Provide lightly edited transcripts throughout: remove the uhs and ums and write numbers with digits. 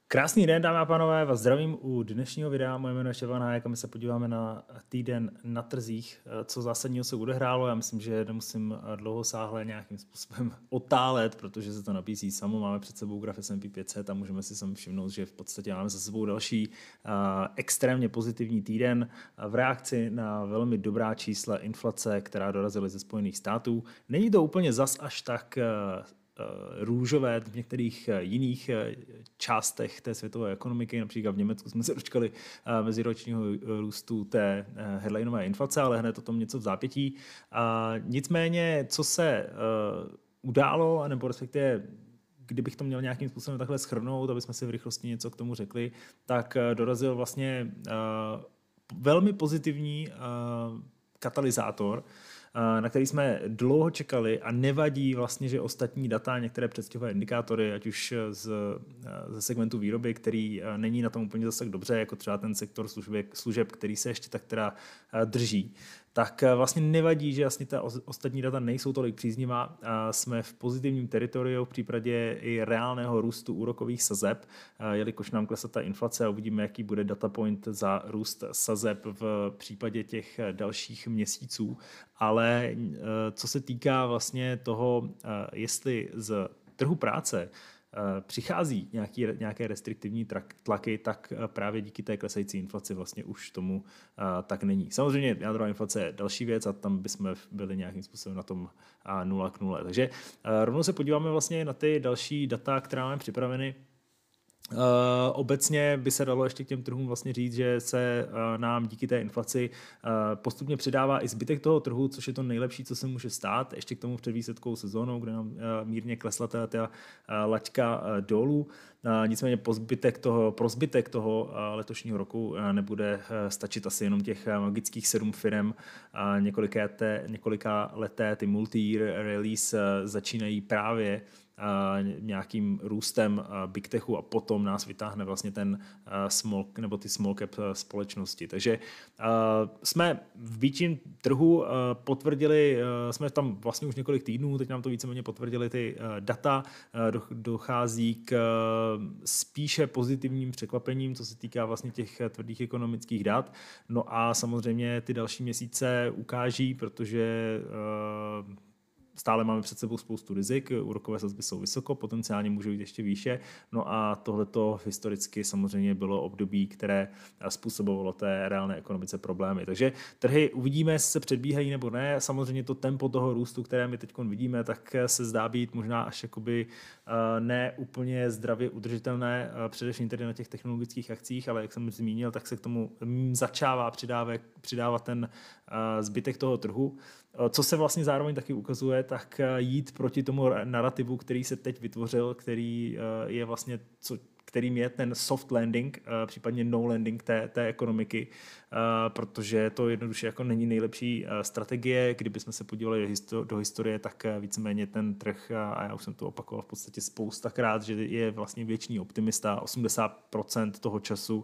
Krásný den, dámy a pánové, vás zdravím u dnešního videa. Moje jméno je Štěpán Hájek a my se podíváme na týden na trzích, co zásadního se odehrálo. Já myslím, že nemusím dlouhosáhle nějakým způsobem otálet, protože se to nabízí samo. Máme před sebou graf S&P 500 a můžeme si sami všimnout, že v podstatě máme za sebou další extrémně pozitivní týden v reakci na velmi dobrá čísla inflace, která dorazily ze Spojených států. Není to úplně zas až tak růžové v některých jiných částech té světové ekonomiky. Například v Německu jsme se dočkali meziročního růstu té headlineové inflace, ale hned o tom něco v zápětí. Nicméně, co se událo, nebo respektive kdybych to měl nějakým způsobem takhle shrnout, aby jsme si v rychlosti něco k tomu řekli, tak dorazil vlastně velmi pozitivní katalyzátor, na který jsme dlouho čekali a nevadí vlastně, že ostatní data, některé předstihové indikátory, ať už ze segmentu výroby, který není na tom úplně zase tak dobře, jako třeba ten sektor služeb, který se ještě tak teda drží, tak vlastně nevadí, že vlastně ta ostatní data nejsou tolik příznivá. Jsme v pozitivním teritoriu v případě i reálného růstu úrokových sazeb, jelikož nám klesá ta inflace a uvidíme, jaký bude data point za růst sazeb v případě těch dalších měsíců. Ale co se týká vlastně toho, jestli z trhu práce přichází nějaké restriktivní tlaky, tak právě díky té klesající inflaci vlastně už tomu tak není. Samozřejmě jádrová inflace je další věc a tam bychom byli nějakým způsobem na tom 0:0. Takže rovnou se podíváme vlastně na ty další data, která máme připraveny. Obecně by se dalo ještě k těm trhům vlastně říct, že se nám díky té inflaci postupně přidává i zbytek toho trhu, což je to nejlepší, co se může stát. Ještě k tomu před výsledkou sezónou, kde nám mírně klesla ta laťka dolů. Nicméně pro zbytek toho letošního roku nebude stačit asi jenom těch magických 7 firem. Několika leté ty multi-year release začínají právě nějakým růstem big techu a potom nás vytáhne vlastně ten ty small cap společnosti. Takže jsme v býčím trhu potvrdili, jsme tam vlastně už několik týdnů, teď nám to víceméně potvrdili ty data, dochází k spíše pozitivním překvapením, co se týká vlastně těch tvrdých ekonomických dat. No a samozřejmě ty další měsíce ukáží, protože stále máme před sebou spoustu rizik, úrokové sazby jsou vysoko, potenciálně můžou jít ještě výše, no a tohleto historicky samozřejmě bylo období, které způsobovalo té reálné ekonomice problémy. Takže trhy uvidíme, jestli se předbíhají nebo ne. Samozřejmě to tempo toho růstu, které my teď vidíme, tak se zdá být možná až jakoby ne úplně zdravě udržitelné, především tedy na těch technologických akcích, ale jak jsem zmínil, tak se k tomu začává přidávat ten zbytek toho trhu. Co se vlastně zároveň taky ukazuje, tak jít proti tomu narrativu, který se teď vytvořil, který je vlastně, kterým je ten soft landing, případně no landing té ekonomiky, protože to jednoduše jako není nejlepší strategie. Kdybychom se podívali do historie, tak víceméně ten trh, a já už jsem to opakoval v podstatě spoustakrát, že je vlastně věčný optimista, 80% toho času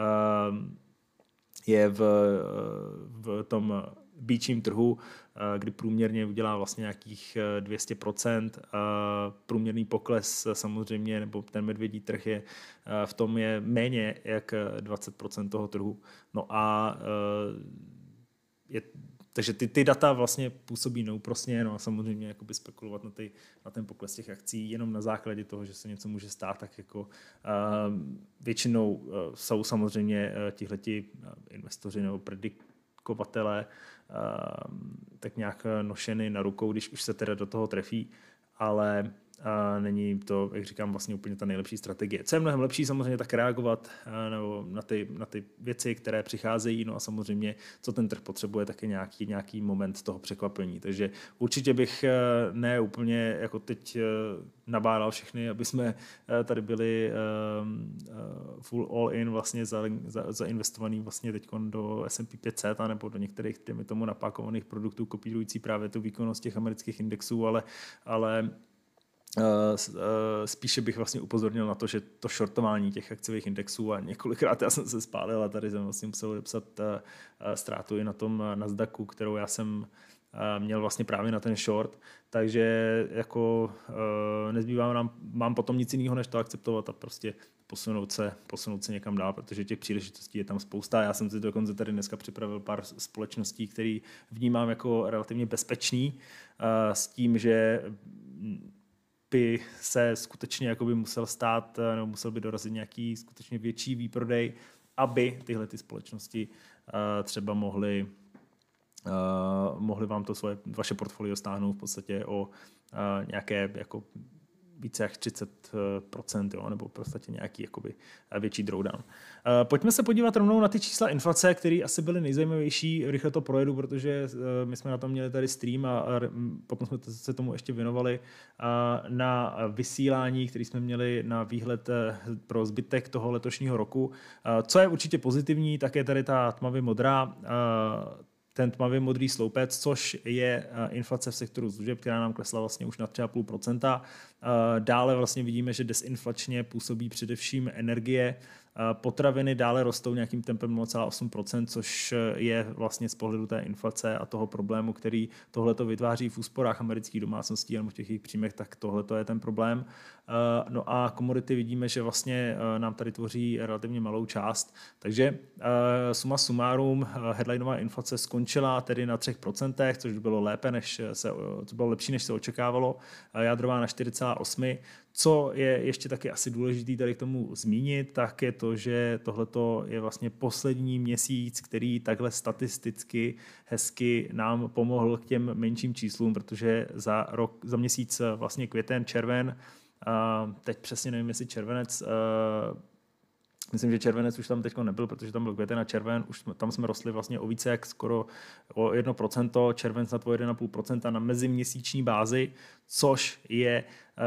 je v tom býčím trhu, kdy průměrně udělá vlastně nějakých 200%. Průměrný pokles samozřejmě, nebo ten medvědí trh v tom je méně jak 20% toho trhu. No a takže ty data vlastně působí neúprosně, no a samozřejmě jakoby spekulovat na ten pokles těch akcí jenom na základě toho, že se něco může stát, tak jako většinou jsou samozřejmě tihleti investoři nebo predikovatelé tak nějak nošeny na rukou, když už se teda do toho trefí, ale není to, jak říkám, vlastně úplně ta nejlepší strategie. Co je mnohem lepší, samozřejmě tak reagovat nebo na ty věci, které přicházejí, no a samozřejmě, co ten trh potřebuje, tak je nějaký moment toho překvapení. Takže určitě bych ne úplně jako teď nabádal všechny, aby jsme tady byli full all in vlastně zainvestovaný vlastně teď do S&P 500 nebo do některých tomu napákovaných produktů kopírující právě tu výkonnost těch amerických indexů, ale spíše bych vlastně upozornil na to, že to shortování těch akciových indexů a několikrát já jsem se spálil a tady jsem vlastně musel odepsat ztrátu i na tom Nasdaqu, kterou já jsem měl vlastně právě na ten short, takže jako nezbývá nám, mám potom nic jiného, než to akceptovat a prostě posunout se někam dál, protože těch příležitostí je tam spousta. Já jsem si dokonce tady dneska připravil pár společností, které vnímám jako relativně bezpečný, s tím, že by se skutečně jakoby musel stát, nebo musel by dorazit nějaký skutečně větší výprodej, aby tyhle ty společnosti třeba mohly vám to vaše portfolio stáhnout v podstatě o nějaké jako více jak 30%, jo, nebo v podstatě nějaký jakoby větší drawdown. Pojďme se podívat rovnou na ty čísla inflace, které asi byly nejzajímavější. Rychle to projedu, protože my jsme na tom měli tady stream a potom jsme se tomu ještě věnovali na vysílání, který jsme měli na výhled pro zbytek toho letošního roku. Co je určitě pozitivní, tak je tady ta tmavě modrá, ten tmavě modrý sloupec, což je inflace v sektoru služeb, která nám klesla vlastně už na 3,5%. Dále vlastně vidíme, že desinflačně působí především energie. Potraviny dále rostou nějakým tempem 0,8%, což je vlastně z pohledu té inflace a toho problému, který tohleto vytváří v úsporách amerických domácností nebo v těch jejich příjmech, tak tohleto je ten problém. No a komodity vidíme, že vlastně nám tady tvoří relativně malou část. Takže suma sumárum, headlineová inflace skončila tedy na 3%, což bylo lepší, než se očekávalo. Jádrová na 4,8%. Co je ještě taky asi důležitý tady k tomu zmínit, tak je to, že tohleto je vlastně poslední měsíc, který takhle statisticky hezky nám pomohl k těm menším číslům, protože za měsíc vlastně květen, červen, teď přesně nevím, jestli červenec, myslím, že červenec už tam teď nebyl, protože tam byl květen a červen, už tam jsme rostli vlastně o více jak skoro o 1%, červenec na 1,5% na meziměsíční bázi, což je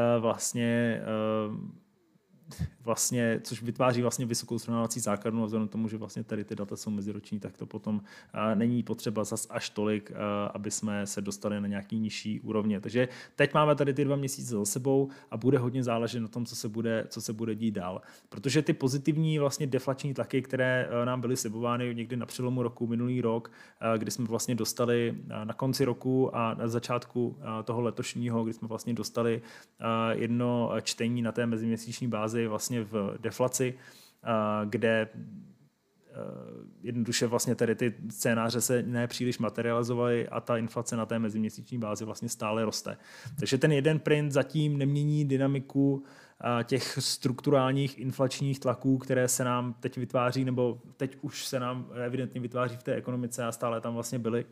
což vytváří vlastně vysokou srovnávací základnu a vzhledem k tomu, že vlastně tady ty data jsou meziroční, tak to potom není potřeba zas až tolik, aby jsme se dostali na nějaký nižší úrovně. Takže teď máme tady ty 2 měsíce za sebou a bude hodně záležet na tom, co se bude dít dál. Protože ty pozitivní vlastně deflační tlaky, které nám byly slibovány někdy na přelomu roku, minulý rok, kdy jsme vlastně dostali na konci roku a na začátku toho letošního, kdy jsme vlastně dostali jedno čtení na té meziměsíční bázi vlastně v deflaci, kde jednoduše vlastně tady ty scénáře se nepříliš materializovaly a ta inflace na té meziměsíční bázi vlastně stále roste. Takže ten jeden print zatím nemění dynamiku těch strukturálních inflačních tlaků, které se nám teď vytváří, nebo teď už se nám evidentně vytváří v té ekonomice a stále tam vlastně byly.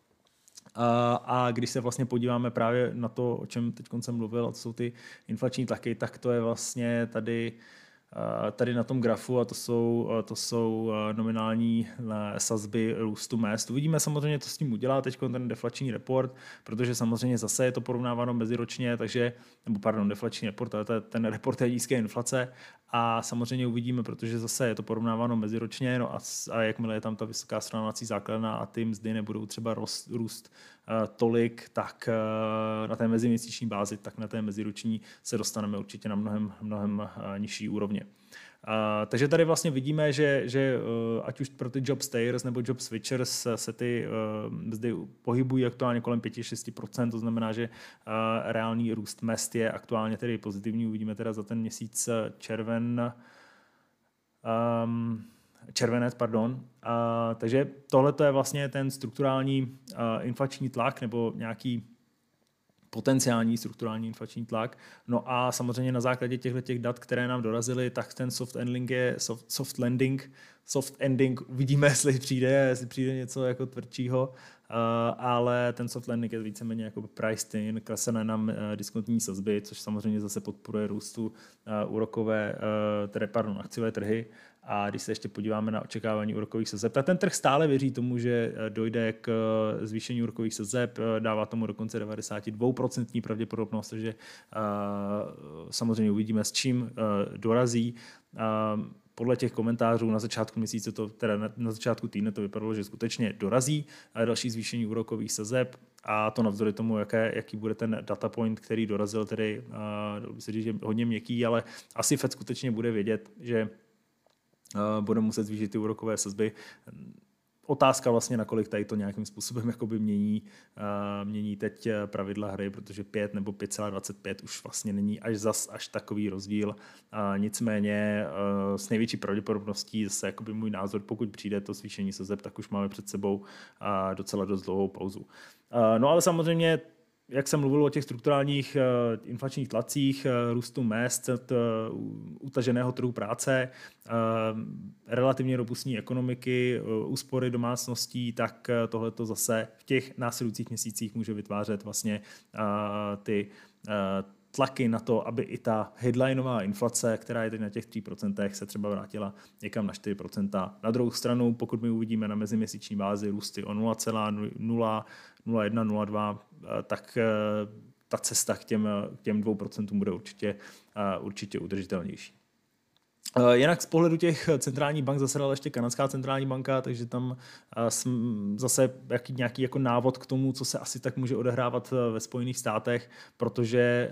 A když se vlastně podíváme právě na to, o čem teď jsem mluvil, a to jsou ty inflační tlaky, tak to je vlastně tady na tom grafu a to jsou nominální sazby růstu mezd. Uvidíme samozřejmě, co s tím udělá teď ten deflační report, protože samozřejmě zase je to porovnáváno meziročně, deflační report, ale ten report je nízké inflace a samozřejmě uvidíme, protože zase je to porovnáváno meziročně, no a jakmile je tam ta vysoká srovnávací základna a ty mzdy nebudou třeba růst tolik, tak na té meziměsíční bázi, tak na té meziroční se dostaneme určitě na mnohem nižší úrovně. Takže tady vlastně vidíme, že ať už pro ty job stayers nebo job switchers se ty mzdy pohybují aktuálně kolem 5-6%, to znamená, že reálný růst mezd je aktuálně tedy pozitivní. Uvidíme teda za ten měsíc červenec. Takže tohle je vlastně ten strukturální inflační tlak nebo nějaký potenciální strukturální inflační tlak. No a samozřejmě na základě těchto dat, které nám dorazily, tak ten soft ending, uvidíme, jestli přijde něco jako tvrdšího, ale ten soft landing je víceméně jako priced in, klesené nám diskontní sazby, což samozřejmě zase podporuje růstu akciové trhy. A když se ještě podíváme na očekávání úrokových sazeb, tak ten trh stále věří tomu, že dojde k zvýšení úrokových sazeb, dává tomu dokonce 92% pravděpodobnost, takže samozřejmě uvidíme, s čím dorazí. Podle těch komentářů na začátku měsíce, na začátku týdne to vypadalo, že skutečně dorazí další zvýšení úrokových sazeb a to navzdory tomu, jaký bude ten data point, který dorazil, tedy dalo by se říct, že hodně měkký, ale asi Fed skutečně bude vědět, že bude muset zvýšit ty úrokové sazby. otázka vlastně, nakolik tady to nějakým způsobem jakoby mění teď pravidla hry, protože 5 nebo 5,25 už vlastně není až takový rozdíl. Nicméně s největší pravděpodobností, zase jakoby můj názor, pokud přijde to zvýšení sazeb, tak už máme před sebou docela dost dlouhou pauzu. No ale samozřejmě, jak jsem mluvil o těch strukturálních inflačních tlacích, růstu mezd, utaženého trhu práce, relativně robustní ekonomiky, úspory domácností, tak tohleto zase v těch následujících měsících může vytvářet vlastně ty tlaky na to, aby i ta headlineová inflace, která je teď na těch 3%, se třeba vrátila někam na 4%. Na druhou stranu, pokud my uvidíme na meziměsíční bázi růsty o 0,0, 0,1, 0,2, tak ta cesta k těm 2% bude určitě udržitelnější. Jinak z pohledu těch centrálních bank zasedala ještě Kanadská centrální banka, takže tam zase nějaký jako návod k tomu, co se asi tak může odehrávat ve Spojených státech, protože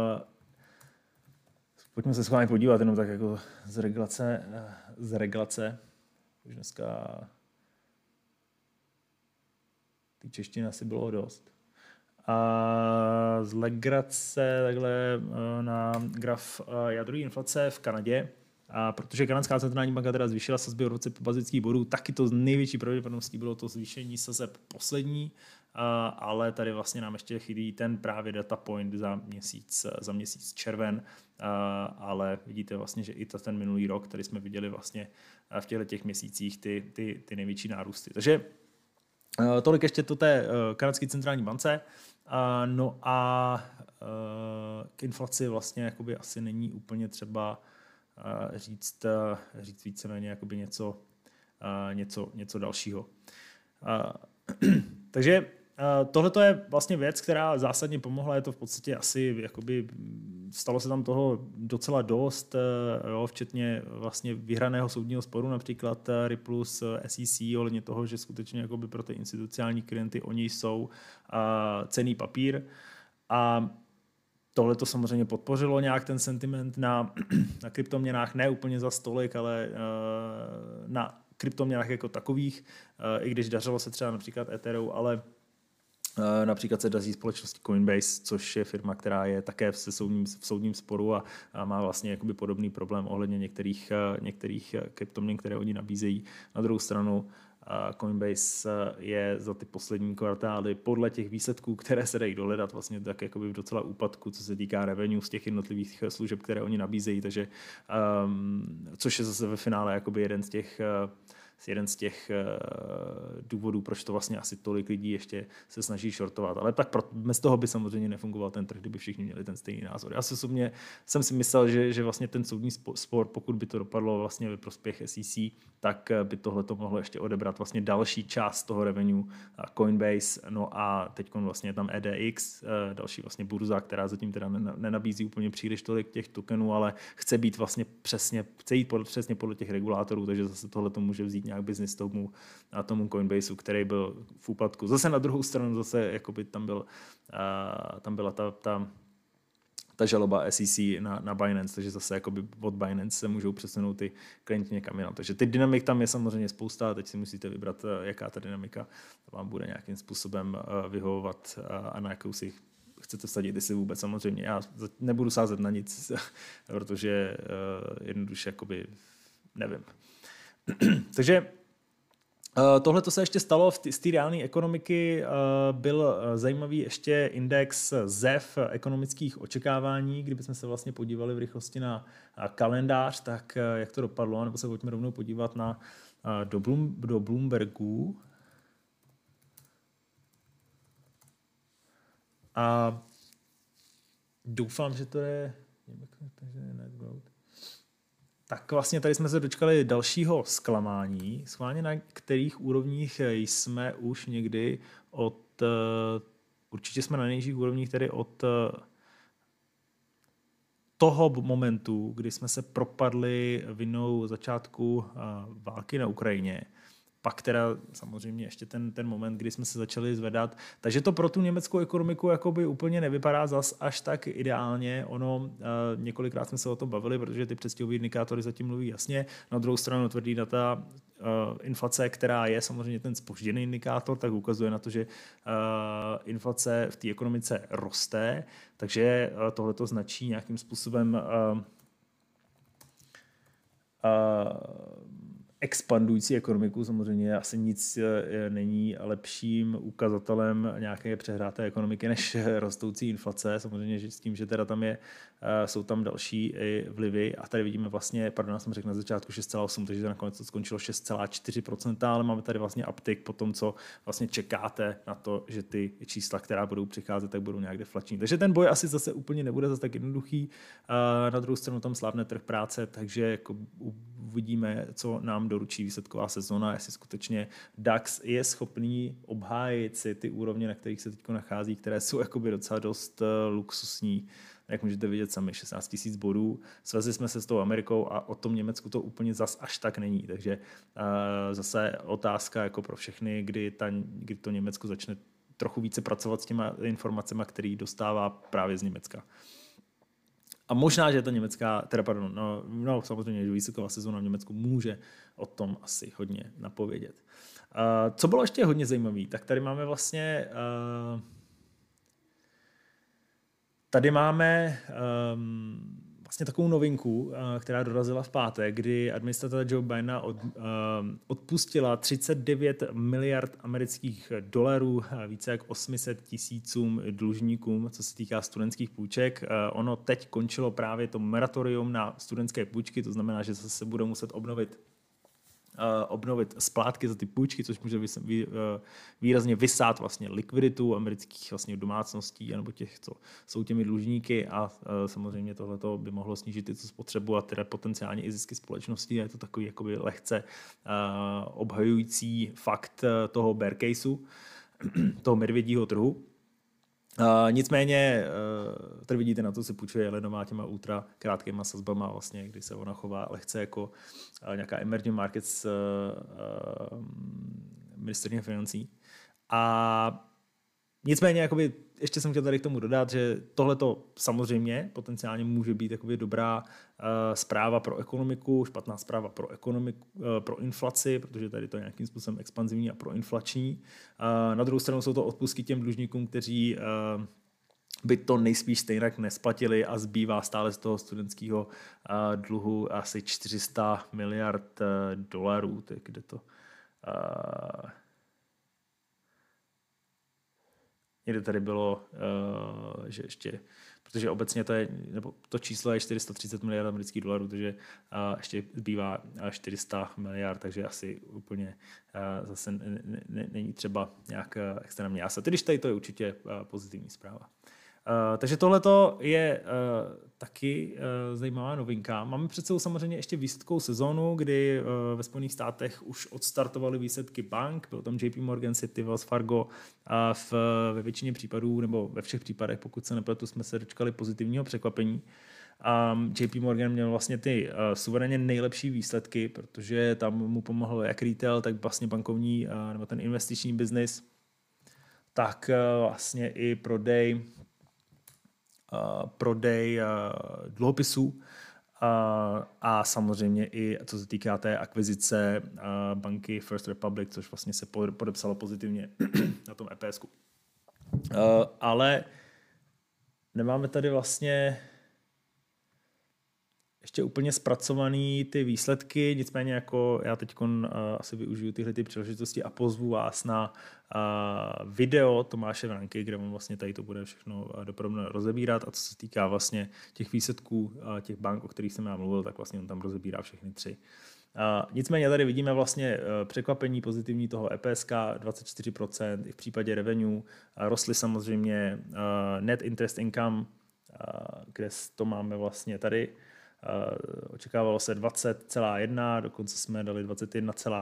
pojďme se s vámi podívat jenom tak jako z regulace. Už dneska té češtiny asi bylo dost. A z legrace takhle na graf jádrové inflace v Kanadě, protože Kanadská centrální banka teda zvýšila sazby o 20 bazických bodů, taky to z největší pravděpodobností bylo to zvýšení sazeb poslední, ale tady vlastně nám ještě chybí ten právě data point za měsíc červen, ale vidíte vlastně, že i ten minulý rok, který jsme viděli vlastně v těchto měsících ty největší nárůsty. Takže tolik ještě to té kanadské centrální bance. No a k inflaci vlastně jakoby asi není úplně třeba říct víceméně jakoby něco dalšího. Takže tohle je vlastně věc, která zásadně pomohla, je to v podstatě asi jakoby stalo se tam toho docela dost, jo, včetně vlastně vyhraného soudního sporu, například Ripple s SEC, ohledně toho, že skutečně jakoby pro ty institucionální klienty oni jsou cenný papír. A tohle to samozřejmě podpořilo nějak ten sentiment na kryptoměnách, ne úplně za stolik, ale na kryptoměnách jako takových, i když dařilo se třeba například Ethereum, ale například se daří společnosti Coinbase, což je firma, která je také v soudním sporu a má vlastně jakoby podobný problém ohledně některých kryptoměn, které oni nabízejí. Na druhou stranu Coinbase je za ty poslední kvartály podle těch výsledků, které se dají dohledat, vlastně tak jakoby v docela úpadku, co se týká revenue z těch jednotlivých služeb, které oni nabízejí, takže což je zase ve finále jakoby jeden z těch důvodů, proč to vlastně asi tolik lidí ještě se snaží shortovat. Ale tak bez toho by samozřejmě nefungoval ten trh, kdyby všichni měli ten stejný názor. Já jsem si myslel, že vlastně ten soudní spor, pokud by to dopadlo vlastně ve prospěch SEC, tak by tohle to mohlo ještě odebrat vlastně další část toho revenue Coinbase. No a teď vlastně je tam EDX, další vlastně burza, která zatím teda nenabízí úplně příliš tolik těch tokenů, ale chce jít přesně podle těch regulátorů, takže zase tohle to může vzít nějak business tomu Coinbaseu, který byl v úpadku. Zase na druhou stranu zase jakoby tam byla ta žaloba SEC na Binance, takže zase jakoby od Binance se můžou přesunout ty klienti někam jinam. Takže ty dynamik tam je samozřejmě spousta, teď si musíte vybrat, jaká ta dynamika vám bude nějakým způsobem vyhovovat a na jakou si chcete vsadit, jestli vůbec. Samozřejmě já nebudu sázet na nic, protože jednoduše jakoby nevím. Takže tohle to se ještě stalo z té reálné ekonomiky. Byl zajímavý ještě index ZEV ekonomických očekávání, kdybychom se vlastně podívali v rychlosti na kalendář, tak jak to dopadlo, nebo se pojďme rovnou podívat do Bloombergu. A doufám, že to je... Tak vlastně tady jsme se dočkali dalšího zklamání, schválně na kterých úrovních jsme už někdy určitě jsme na nejnižších úrovních, tedy od toho momentu, kdy jsme se propadli vinou začátku války na Ukrajině. pak teda samozřejmě ještě ten moment, kdy jsme se začali zvedat. Takže to pro tu německou ekonomiku jakoby úplně nevypadá zas až tak ideálně. Ono, několikrát jsme se o tom bavili, protože ty předstihové indikátory zatím mluví jasně. Na druhou stranu tvrdý data inflace, která je samozřejmě ten zpožděný indikátor, tak ukazuje na to, že inflace v té ekonomice roste, takže tohleto značí nějakým způsobem expandující ekonomiku. Samozřejmě asi nic není lepším ukazatelem nějaké přehráté ekonomiky než rostoucí inflace. Samozřejmě, že s tím, že teda tam jsou tam další vlivy a tady vidíme vlastně, já jsem řekl na začátku 6,8, takže nakonec to skončilo 6,4%, ale máme tady vlastně uptick po tom, co vlastně čekáte na to, že ty čísla, která budou přicházet, tak budou nějak deflační. Takže ten boj asi zase úplně nebude zase tak jednoduchý. Na druhou stranu tam slábne trh práce, takže jako uvidíme, co nám doručí výsledková sezona, jestli skutečně DAX je schopný obhájit si ty úrovně, na kterých se teď nachází, které jsou jakoby docela dost luxusní. Jak můžete vidět sami, 16 000 bodů. Svezli jsme se s tou Amerikou a o tom Německu to úplně zas až tak není. Takže zase otázka jako pro všechny, kdy to Německo začne trochu více pracovat s těma informacemi, které dostává právě z Německa. A možná, že ta samozřejmě, že výsledková sezóna v Německu může o tom asi hodně napovědět. Co bylo ještě hodně zajímavé, tak tady máme vlastně vlastně takovou novinku, která dorazila v pátek, kdy administrativa Joe Bidena odpustila 39 miliard amerických dolarů, více jak 800 000 dlužníkům, co se týká studentských půjček. Ono teď končilo právě to moratorium na studentské půjčky, to znamená, že se bude muset obnovit splátky za ty půjčky, což může výrazně vysát vlastně likviditu amerických vlastně domácností nebo těch, co jsou těmi dlužníky a samozřejmě tohleto by mohlo snížit ty spotřebu a teda potenciálně i zisky společnosti. Je to takový jakoby lehce obhajující fakt toho bear caseu, toho medvědího trhu. Nicméně, tady vidíte, na to se půjčuje Jelenová těma ultra krátkýma sazbama, vlastně, kdy se ona chová lehce jako nějaká emerging markets ministryně financí. A nicméně, jakoby, ještě jsem chtěl tady k tomu dodat, že tohleto samozřejmě potenciálně může být jakoby dobrá zpráva pro ekonomiku, špatná zpráva pro inflaci, protože tady to je nějakým způsobem expanzivní a proinflační. Na druhou stranu jsou to odpustky těm dlužníkům, kteří by to nejspíš stejně nesplatili a zbývá stále z toho studentského dluhu asi 400 miliard dolarů. Tak kde to... Někde tady bylo, že ještě, protože obecně to číslo je 430 miliard amerických dolarů, takže ještě zbývá 400 miliard, takže asi úplně zase není třeba nějak extrémně jásat. Když tady to je určitě pozitivní zpráva. Takže tohleto je taky zajímavá novinka. Máme před sebou samozřejmě ještě výsledkovou sezónu, kdy ve Spojených státech už odstartovaly výsledky bank, byl tam JP Morgan, Citi, Wells Fargo a ve většině případů, nebo ve všech případech, pokud se nepletu, jsme se dočkali pozitivního překvapení. JP Morgan měl vlastně ty suverénně nejlepší výsledky, protože tam mu pomohl jak retail, tak vlastně bankovní nebo ten investiční biznis, tak vlastně i prodej dluhopisů a samozřejmě i co se týká té akvizice banky First Republic, což vlastně se podepsalo pozitivně na tom EPSku. Ale nemáme tady vlastně ještě úplně zpracovaný ty výsledky, nicméně jako já teď asi využiju tyhle ty příležitosti a pozvu vás na video Tomáše Vranky, kde on vlastně tady to bude všechno dopodrobně rozebírat a co se týká vlastně těch výsledků těch bank, o kterých jsem já mluvil, tak vlastně on tam rozebírá všechny tři. Nicméně tady vidíme vlastně překvapení pozitivní toho EPSK 24%, i v případě revenue rostly samozřejmě net interest income, kde to máme vlastně tady. Očekávalo se 20,1, dokonce jsme dali 21,8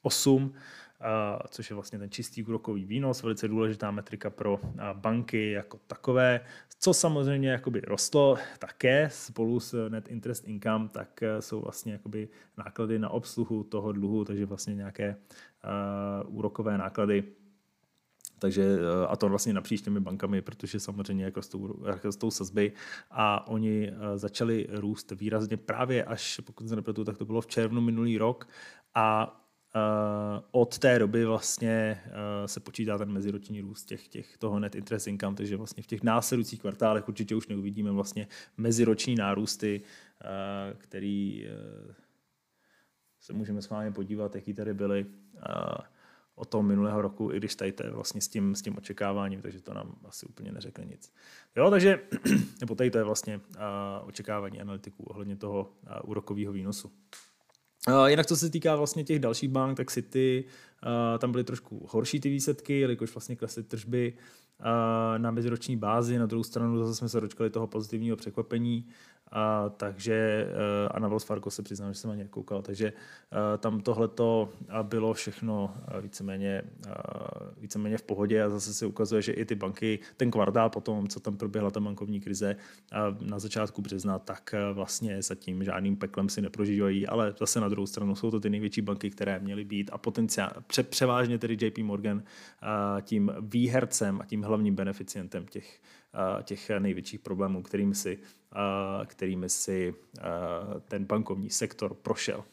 8, což je vlastně ten čistý úrokový výnos, velice důležitá metrika pro banky jako takové, co samozřejmě jakoby rostlo také spolu s net interest income, tak jsou vlastně jakoby náklady na obsluhu toho dluhu, takže vlastně nějaké úrokové náklady. Takže, a to vlastně napříč těmi bankami, protože samozřejmě jak rostou sazby a oni začali růst výrazně právě až, pokud se nepletu, tak to bylo v červnu minulý rok a od té doby vlastně se počítá ten meziroční růst toho net interest income, takže vlastně v těch následujících kvartálech určitě už neuvidíme vlastně meziroční nárůsty, který se můžeme schválně podívat, jaký tady byly od toho minulého roku, i když tady to je vlastně s tím očekáváním, takže to nám asi úplně neřekne nic. Jo, takže, nebo tady to je vlastně očekávání analytiků ohledně toho úrokového výnosu. Jinak co se týká vlastně těch dalších bank, tak Citi, tam byly trošku horší ty výsledky, jelikož vlastně klesly tržby na meziroční bázi, na druhou stranu zase jsme se dočkali toho pozitivního překvapení, takže a na Wells Fargo se přiznám, že jsem ani nekoukal, takže tam tohleto bylo všechno víceméně v pohodě a zase se ukazuje, že i ty banky, ten kvartál potom, co tam proběhla ta bankovní krize na začátku března, tak vlastně zatím žádným peklem si neprožívají, ale zase na druhou stranu jsou to ty největší banky, které měly být a převážně tedy JP Morgan tím výhercem a tím hlavním beneficientem těch největších problémů, kterými si ten bankovní sektor prošel.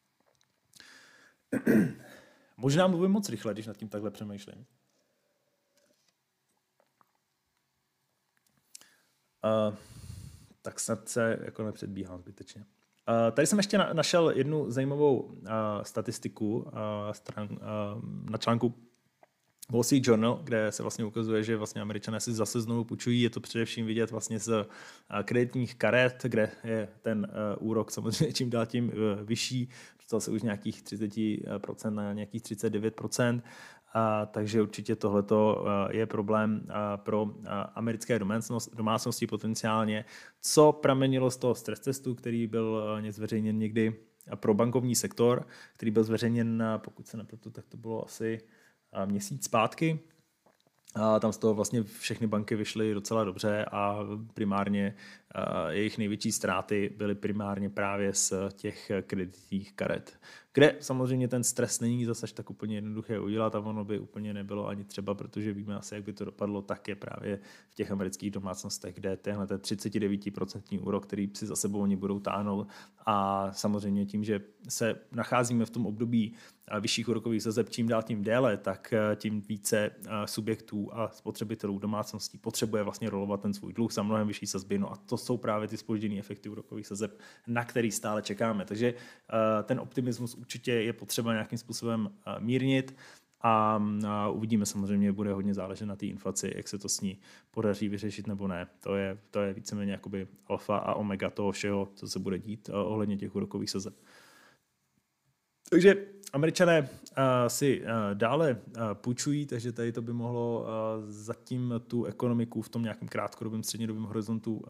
Možná mluvím moc rychle, když nad tím takhle přemýšlím. Tak snad se jako nepředbíhám zbytečně. Tady jsem ještě našel jednu zajímavou statistiku na článku Wall Street Journal, kde se vlastně ukazuje, že vlastně Američané si zase znovu půjčují. Je to především vidět vlastně z kreditních karet, kde je ten úrok samozřejmě čím dál tím vyšší. Dostal se už nějakých 30% na nějakých 39%. Takže určitě tohleto je problém pro americké domácnosti potenciálně. Co pramenilo z toho stres testu, který byl zveřejněn někdy pro bankovní sektor, který byl zveřejněn, pokud se nepletu, tak to bylo asi měsíc zpátky. A tam z toho vlastně všechny banky vyšly docela dobře a primárně jejich největší ztráty byly primárně právě z těch kreditních karet, kde samozřejmě ten stres není zase tak úplně jednoduché udělat a ono by úplně nebylo ani třeba, protože víme asi, jak by to dopadlo, tak je právě v těch amerických domácnostech, kde tenhle 39% úrok, který si za sebou oni budou táhnout a samozřejmě tím, že se nacházíme v tom období vyšších úrokových sazeb čím dál tím déle, tak tím více subjektů a spotřebitelů domácností potřebuje vlastně rolovat ten svůj dluh za mnohem vyšší sazby. No a to jsou právě ty zpožděné efekty úrokových sazeb, na který stále čekáme. Takže ten optimismus určitě je potřeba nějakým způsobem mírnit a uvidíme samozřejmě, bude hodně záležet na té inflaci, jak se to s ní podaří vyřešit nebo ne. To je víceméně jakoby alfa a omega toho všeho, co se bude dít ohledně těch úrokových sazeb. Takže Američané si dále půjčují, takže tady to by mohlo zatím tu ekonomiku v tom nějakém krátkodobém, střednědobém horizontu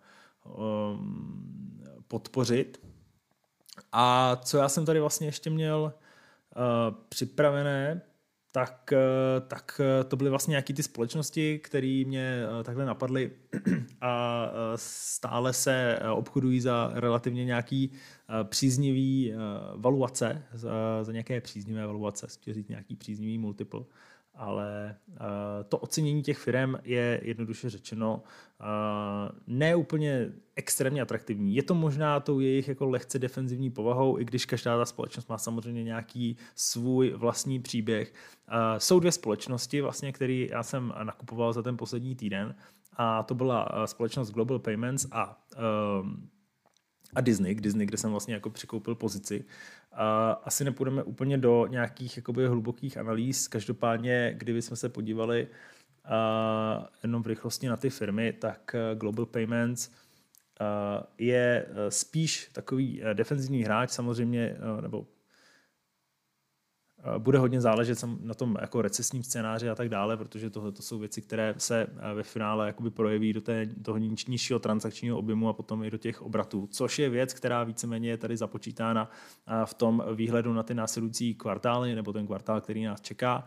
podpořit. A co já jsem tady vlastně ještě měl připravené, tak to byly vlastně nějaké ty společnosti, které mě takhle napadly a stále se obchodují za relativně nějaký příznivý valuace, za nějaké příznivé valuace, chci říct nějaký příznivý multiple, ale to ocenění těch firm je jednoduše řečeno ne úplně extrémně atraktivní. Je to možná tou jejich jako lehce defenzivní povahou, i když každá ta společnost má samozřejmě nějaký svůj vlastní příběh. Jsou dvě společnosti, vlastně, které já jsem nakupoval za ten poslední týden, a to byla společnost Global Payments a Disney, kde jsem vlastně jako přikoupil pozici. Asi nepůjdeme úplně do nějakých jakoby hlubokých analýz, každopádně, kdybychom se podívali jenom v rychlosti na ty firmy, tak Global Payments je spíš takový defenzivní hráč, samozřejmě, nebo bude hodně záležet na tom jako recesním scénáři a tak dále, protože tohle to jsou věci, které se ve finále jakoby projeví do toho nižšího transakčního objemu a potom i do těch obratů, což je věc, která víceméně je tady započítána v tom výhledu na ty následující kvartály nebo ten kvartál, který nás čeká.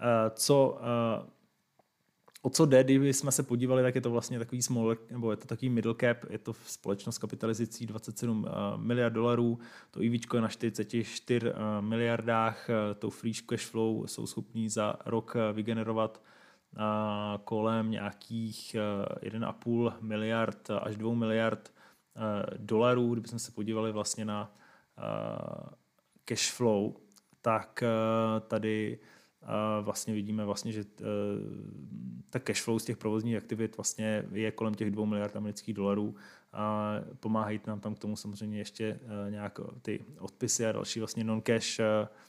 O co jde, když jsme se podívali, tak je to vlastně takový small, nebo je to takový middle cap, je to společnost kapitalizací 27 miliard dolarů, to EVčko je na 44 miliardách, to free cash flow jsou schopní za rok vygenerovat kolem nějakých 1,5 miliard až 2 miliard dolarů. Kdybychom se podívali vlastně na cash flow, tak tady vlastně vidíme vlastně, že ta cash flow z těch provozních aktivit vlastně je kolem těch 2 miliard amerických dolarů. Pomáhají nám tam k tomu samozřejmě ještě nějak ty odpisy a další vlastně non-cash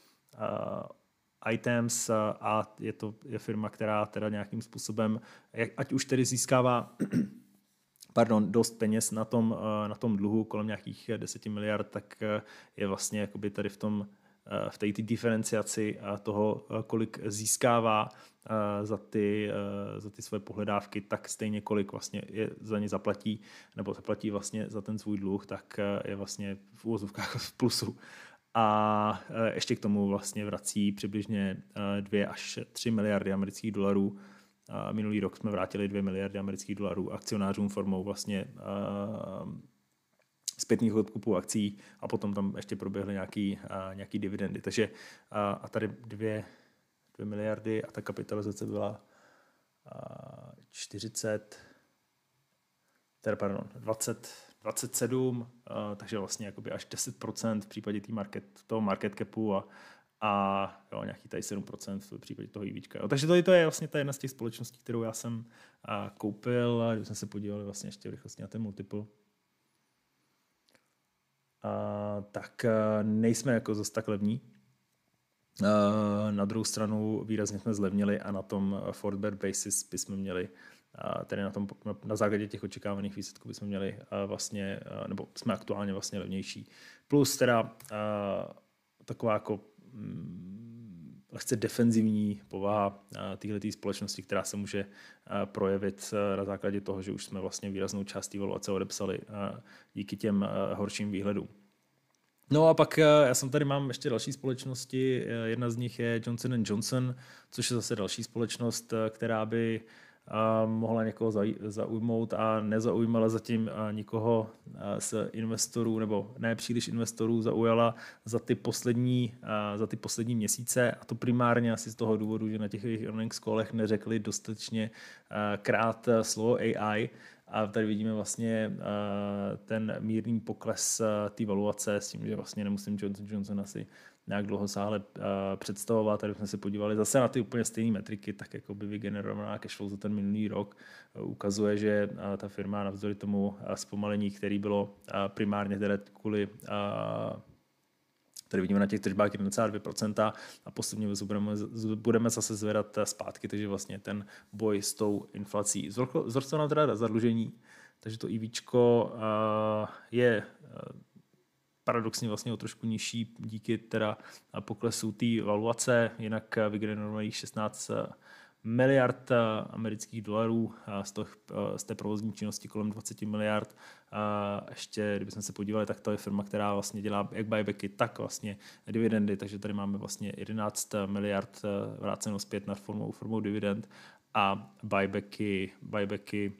items a je firma, která teda nějakým způsobem, ať už tedy získává dost peněz na tom dluhu kolem nějakých 10 miliard, tak je vlastně jakoby tady v té diferenciaci toho, kolik získává za ty své pohledávky, tak stejně kolik vlastně je za ně zaplatí, nebo zaplatí vlastně za ten svůj dluh, tak je vlastně v úvozovkách v plusu. A ještě k tomu vlastně vrací přibližně 2 až 3 miliardy amerických dolarů. Minulý rok jsme vrátili 2 miliardy amerických dolarů akcionářům formou vlastně zpětných odkupů akcí a potom tam ještě proběhly nějaký dividendy. Takže a tady 2 miliardy a ta kapitalizace byla 27, takže vlastně jakoby až 10% v případě toho market capu a jo, nějaký tady 7% v případě toho EVčka. Jo. Takže to je vlastně ta jedna z těch společností, kterou já jsem koupil, a když jsem se podíval vlastně ještě v rychlosti na ten multiple, tak nejsme jako zase tak levní. Na druhou stranu výrazně jsme zlevnili a na tom forward bear basis bychom měli, tedy na základě těch očekávaných výsledků bychom měli vlastně, nebo jsme aktuálně vlastně levnější. Plus teda taková jako lehce defenzivní povaha téhleté společnosti, která se může projevit na základě toho, že už jsme vlastně výraznou část té valuace odepsali díky těm horším výhledům. No a pak já tady mám ještě další společnosti. Jedna z nich je Johnson & Johnson, což je zase další společnost, která by mohla někoho zaujmout a nezaujímala zatím nikoho z investorů, nebo ne příliš investorů zaujala za ty poslední měsíce, a to primárně asi z toho důvodu, že na těch jejich earnings callech neřekli dostatečně krát slovo AI. A tady vidíme vlastně ten mírný pokles té valuace s tím, že vlastně nemusím Johnson asi nějak dlouhosáhle představovat. Tady jsme se podívali zase na ty úplně stejné metriky, tak jako by vygenerovaná cashflow za ten minulý rok ukazuje, že ta firma navzdory tomu zpomalení, který bylo primárně tedy kvůli tady vidíme na těch tržbách 1,2% a postupně budeme zase zvedat zpátky, takže vlastně ten boj s tou inflací. Vzrostlo nám teda zadlužení, takže to EVčko je paradoxně vlastně o trošku nižší díky teda poklesu té valuace, jinak vygenerovaných 16 miliard amerických dolarů, z té provozní činnosti kolem 20 miliard. Ještě, kdybychom se podívali, tak to je firma, která vlastně dělá jak buybacky, tak vlastně dividendy, takže tady máme vlastně 11 miliard vráceno zpět na formou dividend a buybacky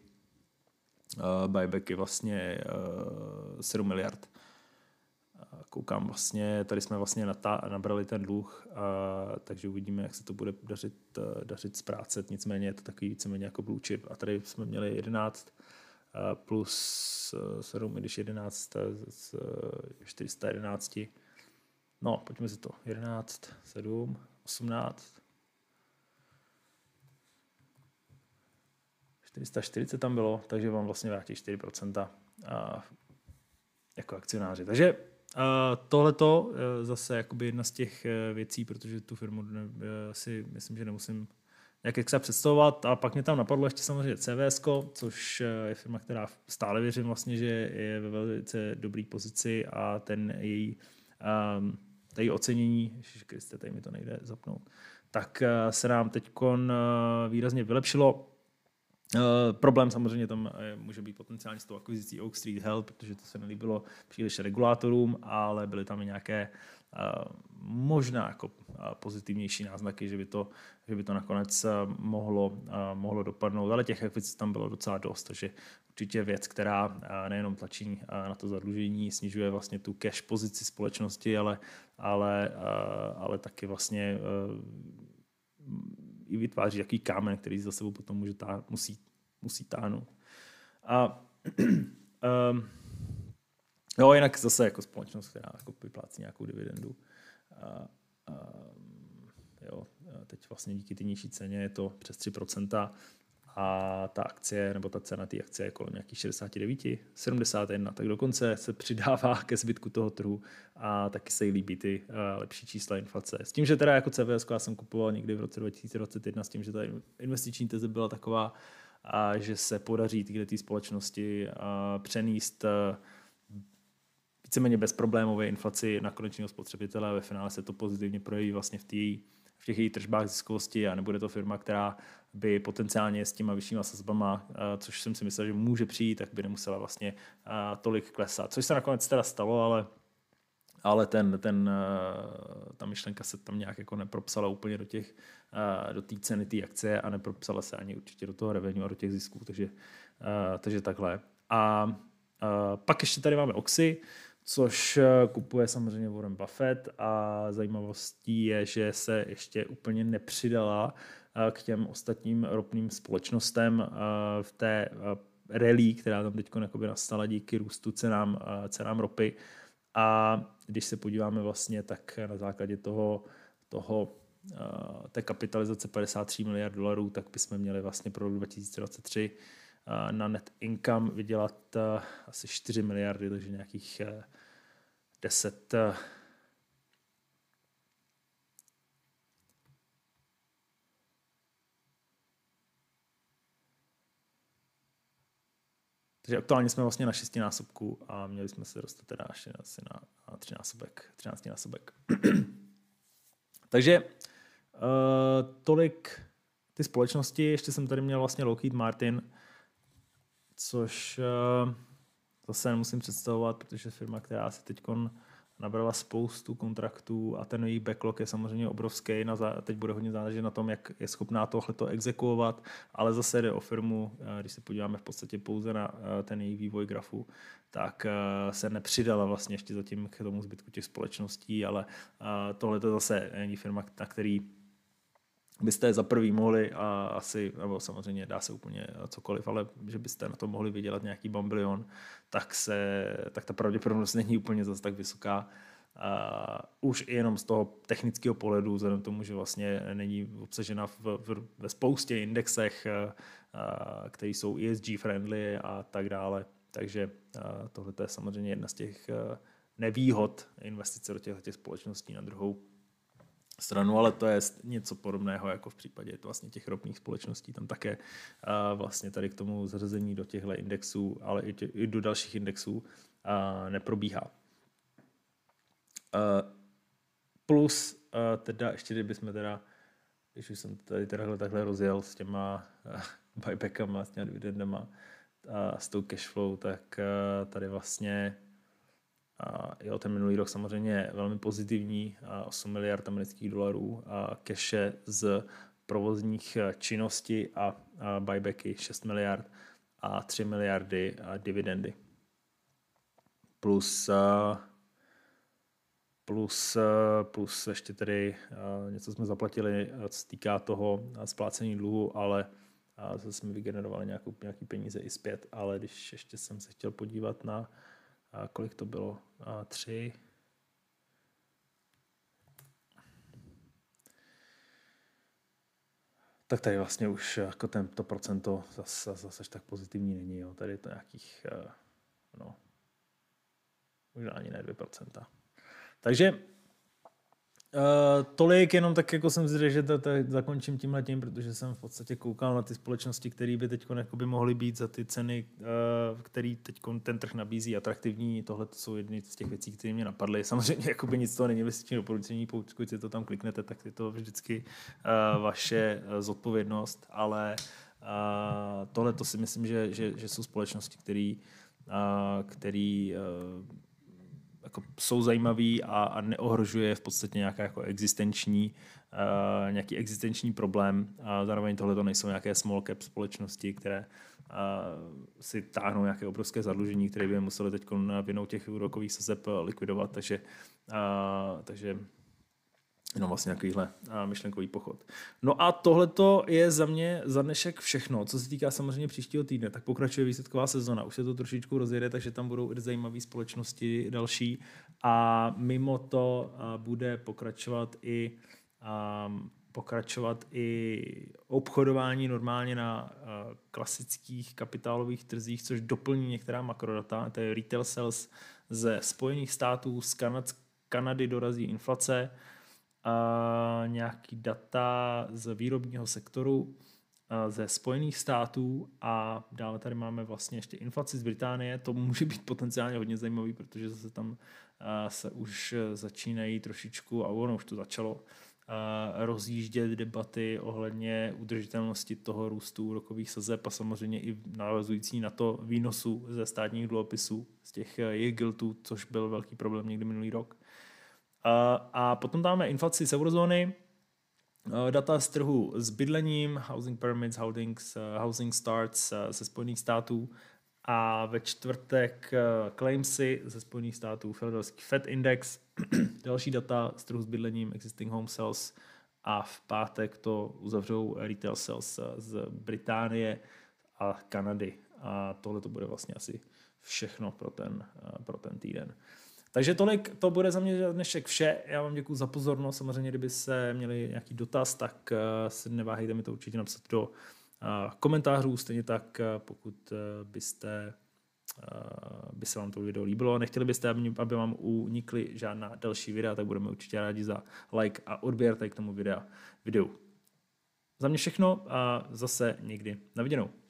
vlastně 7 miliard. Koukám vlastně, tady jsme vlastně nabrali ten dluh, takže uvidíme, jak se to bude dařit zprácet, nicméně je to takový víceméně jako blue chip. A tady jsme měli 11 plus 7, když 11 z 411. No, pojďme si to. 11, 7, 18. 440 tam bylo, takže vám vlastně vrátí 4% jako akcionáři. Takže tohleto zase jakoby jedna z těch věcí, protože tu firmu si myslím, že nemusím nějak extra představovat. A pak mě tam napadlo ještě samozřejmě CVSko, což je firma, která stále věřím vlastně, že je ve velice dobré pozici a ten její tady ocenění, Ježiškriste, tady mi to nejde zapnout, tak se nám teď výrazně vylepšilo. Problém samozřejmě tam může být potenciálně s tou akvizicí Oak Street Health, protože to se nelíbilo příliš regulátorům, ale byly tam i nějaké možná jako pozitivnější náznaky, že by to nakonec mohlo dopadnout, ale těch akvizic tam bylo docela dost, takže určitě věc, která nejenom tlačí na to zadlužení, snižuje vlastně tu cash pozici společnosti, ale taky vlastně i vytváří takový kámen, který za sebou potom musí táhnout. A jinak zase jako společnost, která jako vyplácí nějakou dividendu. Teď vlastně díky té nižší ceně je to přes 3% a ta akcie, nebo ta cena té akcie je kolem nějakých 69, 71, tak dokonce se přidává ke zbytku toho trhu a taky se jí líbí ty lepší čísla inflace. S tím, že teda jako CVS já jsem kupoval někdy v roce 2021 s tím, že ta investiční teze byla taková, a že se podaří tyhle společnosti přenést víceméně bezproblémové inflaci na konečného spotřebitele a ve finále se to pozitivně projeví vlastně v těch jejich tržbách ziskovosti a nebude to firma, která by potenciálně s těma vyššíma sazbama, což jsem si myslel, že může přijít, tak by nemusela vlastně tolik klesat. Což se nakonec teda stalo, ale ta myšlenka se tam nějak jako nepropsala úplně do té ceny té akcie a nepropsala se ani určitě do toho revenue a do těch zisků, takže takhle. A pak ještě tady máme Oxy, což kupuje samozřejmě Warren Buffett a zajímavostí je, že se ještě úplně nepřidala k těm ostatním ropným společnostem v té rally, která tam teď nastala díky růstu cenám ropy. A když se podíváme vlastně, tak na základě té kapitalizace 53 miliard dolarů, tak bychom měli vlastně pro rok 2023 na net income vydělat asi 4 miliardy, takže nějakých 10 Takže aktuálně jsme vlastně na 6násobku a měli jsme se dostat teda až asi na 13násobek. Takže tolik ty společnosti. Ještě jsem tady měl vlastně Lockheed Martin, což zase nemusím představovat, protože firma, která si teď nabrala spoustu kontraktů a ten jejich backlog je samozřejmě obrovský. Teď bude hodně záležet na tom, jak je schopná tohleto exekuovat, ale zase jde o firmu, když se podíváme v podstatě pouze na ten její vývoj grafu, tak se nepřidala vlastně ještě zatím k tomu zbytku těch společností, ale tohle to zase není firma, na který byste za prvý mohli asi, nebo samozřejmě dá se úplně cokoliv, ale že byste na to mohli vydělat nějaký bambilion, tak ta pravděpodobnost není úplně zase tak vysoká. Už i jenom z toho technického pohledu, vzhledem k tomu, že vlastně není obsažena ve spoustě indexech, které jsou ESG friendly a tak dále. Takže tohle je samozřejmě jedna z těch nevýhod investice do těch společností. Na druhou stranu, ale to je něco podobného jako v případě vlastně těch ropných společností. Tam také vlastně tady k tomu zařazení do těchto indexů, ale i do dalších indexů neprobíhá. Plus teda ještě kdybychom teda, když už jsem tady takhle rozjel s těma buybackama, s těma dividendama a s tou cashflow, tak tady vlastně ten minulý rok samozřejmě velmi pozitivní, 8 miliard amerických dolarů a cache z provozních činností a buybacky 6 miliard a 3 miliardy dividendy. Plus ještě tedy něco jsme zaplatili, co se týká toho splácení dluhu, ale zase jsme vygenerovali nějaký peníze i zpět, ale když ještě jsem se chtěl podívat na kolik to bylo? 3. Tak tady vlastně už jako to procento zase tak pozitivní není. Jo. Tady je to nějakých, možná ani ne 2%. Takže Tolik, jenom tak jako jsem zvěděl, že to zakončím tímhletím, protože jsem v podstatě koukal na ty společnosti, které by teď mohly být za ty ceny, které teď ten trh nabízí, atraktivní. Tohle jsou jedny z těch věcí, které mě napadly. Samozřejmě jakoby nic toho není investiční doporučení, pokud si to tam kliknete, tak je to vždycky vaše zodpovědnost, ale tohle to si myslím, že jsou společnosti, které jako jsou zajímavý a neohrožuje v podstatě nějaká jako nějaký existenční problém. A zároveň tohle to nejsou nějaké small cap společnosti, které si táhnou nějaké obrovské zadlužení, které by museli teď vinou těch úrokových sazeb likvidovat. Takže no vlastně nějakýhle myšlenkový pochod. No a tohleto je za mě za dnešek všechno. Co se týká samozřejmě příštího týdne, tak pokračuje výsledková sezona. Už se to trošičku rozjede, takže tam budou zajímavé společnosti další. A mimo to bude pokračovat i obchodování normálně na klasických kapitálových trzích, což doplní některá makrodata. To je retail sales ze Spojených států, z Kanady dorazí inflace, nějaký data z výrobního sektoru ze Spojených států a dále tady máme vlastně ještě inflaci z Británie. To může být potenciálně hodně zajímavý, protože zase tam se už začínají trošičku, a ono už to začalo, rozjíždět debaty ohledně udržitelnosti toho růstu úrokových sazeb a samozřejmě i navazující na to výnosu ze státních dluhopisů, z těch jejich giltů, což byl velký problém někdy minulý rok. A potom dáme inflaci z eurozóny, data z trhu s bydlením, housing permits, housing starts ze Spojených států a ve čtvrtek claimsy ze Spojených států, Philadelphia Fed Index, další data z trhu s bydlením, existing home sales a v pátek to uzavřou retail sales z Británie a Kanady. A tohle to bude vlastně asi všechno pro ten týden. Takže tolik, to bude za mě dnešek vše. Já vám děkuji za pozornost. Samozřejmě, kdyby se měli nějaký dotaz, tak se neváhejte mi to určitě napsat do komentářů. Stejně tak, pokud by se vám to video líbilo, nechtěli byste, aby vám unikly žádná další videa, tak budeme určitě rádi za like a odběr tady k tomu videu. Za mě všechno a zase někdy na viděnou.